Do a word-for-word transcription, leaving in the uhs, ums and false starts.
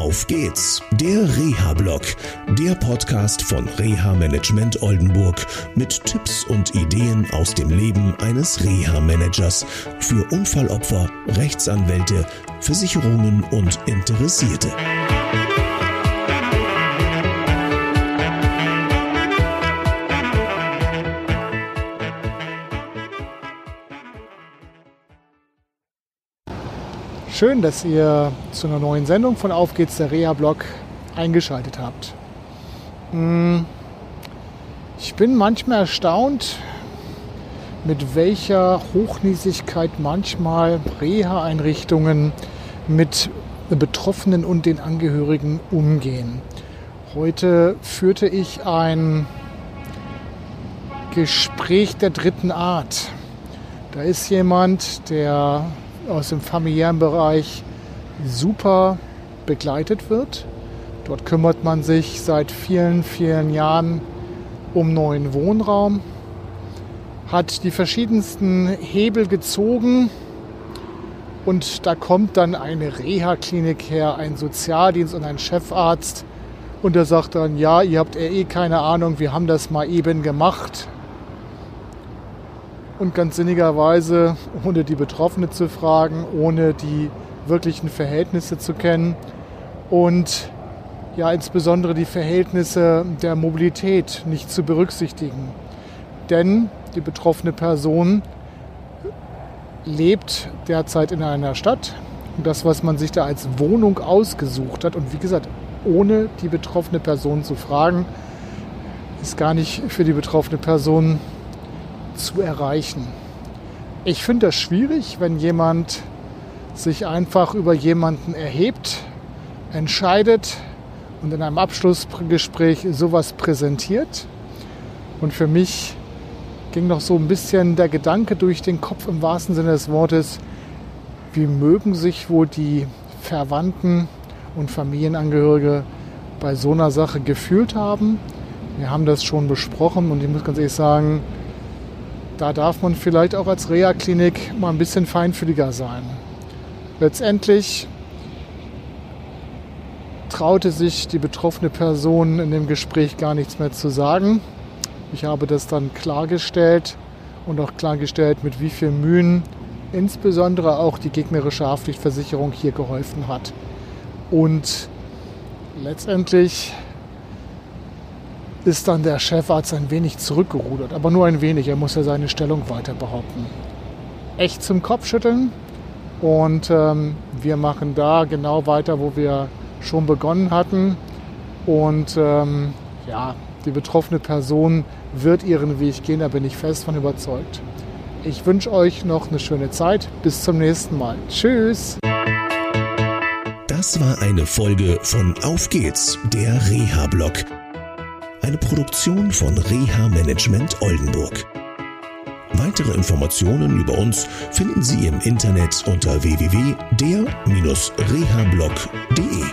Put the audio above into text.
Auf geht's, der Reha-Blog, der Podcast von Reha Management Oldenburg mit Tipps und Ideen aus dem Leben eines Reha-Managers für Unfallopfer, Rechtsanwälte, Versicherungen und Interessierte. Schön, dass ihr zu einer neuen Sendung von Auf geht's, der Reha-Blog, eingeschaltet habt. Ich bin manchmal erstaunt, mit welcher Hochnäsigkeit manchmal Reha-Einrichtungen mit Betroffenen und den Angehörigen umgehen. Heute führte ich ein Gespräch der dritten Art. Da ist jemand, der aus dem familiären Bereich super begleitet wird. Dort kümmert man sich seit vielen, vielen Jahren um neuen Wohnraum, hat die verschiedensten Hebel gezogen und da kommt dann eine Reha-Klinik her, ein Sozialdienst und ein Chefarzt und der sagt dann, ja, ihr habt eh keine Ahnung, wir haben das mal eben gemacht. Und ganz sinnigerweise, ohne die Betroffene zu fragen, ohne die wirklichen Verhältnisse zu kennen und ja insbesondere die Verhältnisse der Mobilität nicht zu berücksichtigen. Denn die betroffene Person lebt derzeit in einer Stadt und das, was man sich da als Wohnung ausgesucht hat und wie gesagt, ohne die betroffene Person zu fragen, ist gar nicht für die betroffene Person zu erreichen. Ich finde das schwierig, wenn jemand sich einfach über jemanden erhebt, entscheidet und in einem Abschlussgespräch sowas präsentiert. Und für mich ging noch so ein bisschen der Gedanke durch den Kopf im wahrsten Sinne des Wortes, wie mögen sich wohl die Verwandten und Familienangehörige bei so einer Sache gefühlt haben. Wir haben das schon besprochen und ich muss ganz ehrlich sagen, da darf man vielleicht auch als Reha-Klinik mal ein bisschen feinfühliger sein. Letztendlich traute sich die betroffene Person in dem Gespräch gar nichts mehr zu sagen. Ich habe das dann klargestellt und auch klargestellt, mit wie viel Mühen insbesondere auch die gegnerische Haftpflichtversicherung hier geholfen hat. Und letztendlich ist dann der Chefarzt ein wenig zurückgerudert, aber nur ein wenig, er muss ja seine Stellung weiter behaupten. Echt zum Kopfschütteln und ähm, wir machen da genau weiter, wo wir schon begonnen hatten und ähm, ja, die betroffene Person wird ihren Weg gehen, da bin ich fest von überzeugt. Ich wünsche euch noch eine schöne Zeit, bis zum nächsten Mal. Tschüss! Das war eine Folge von Auf geht's, der Reha-Blog. Eine Produktion von Reha Management Oldenburg. Weitere Informationen über uns finden Sie im Internet unter w w w punkt der Bindestrich reha blog punkt de.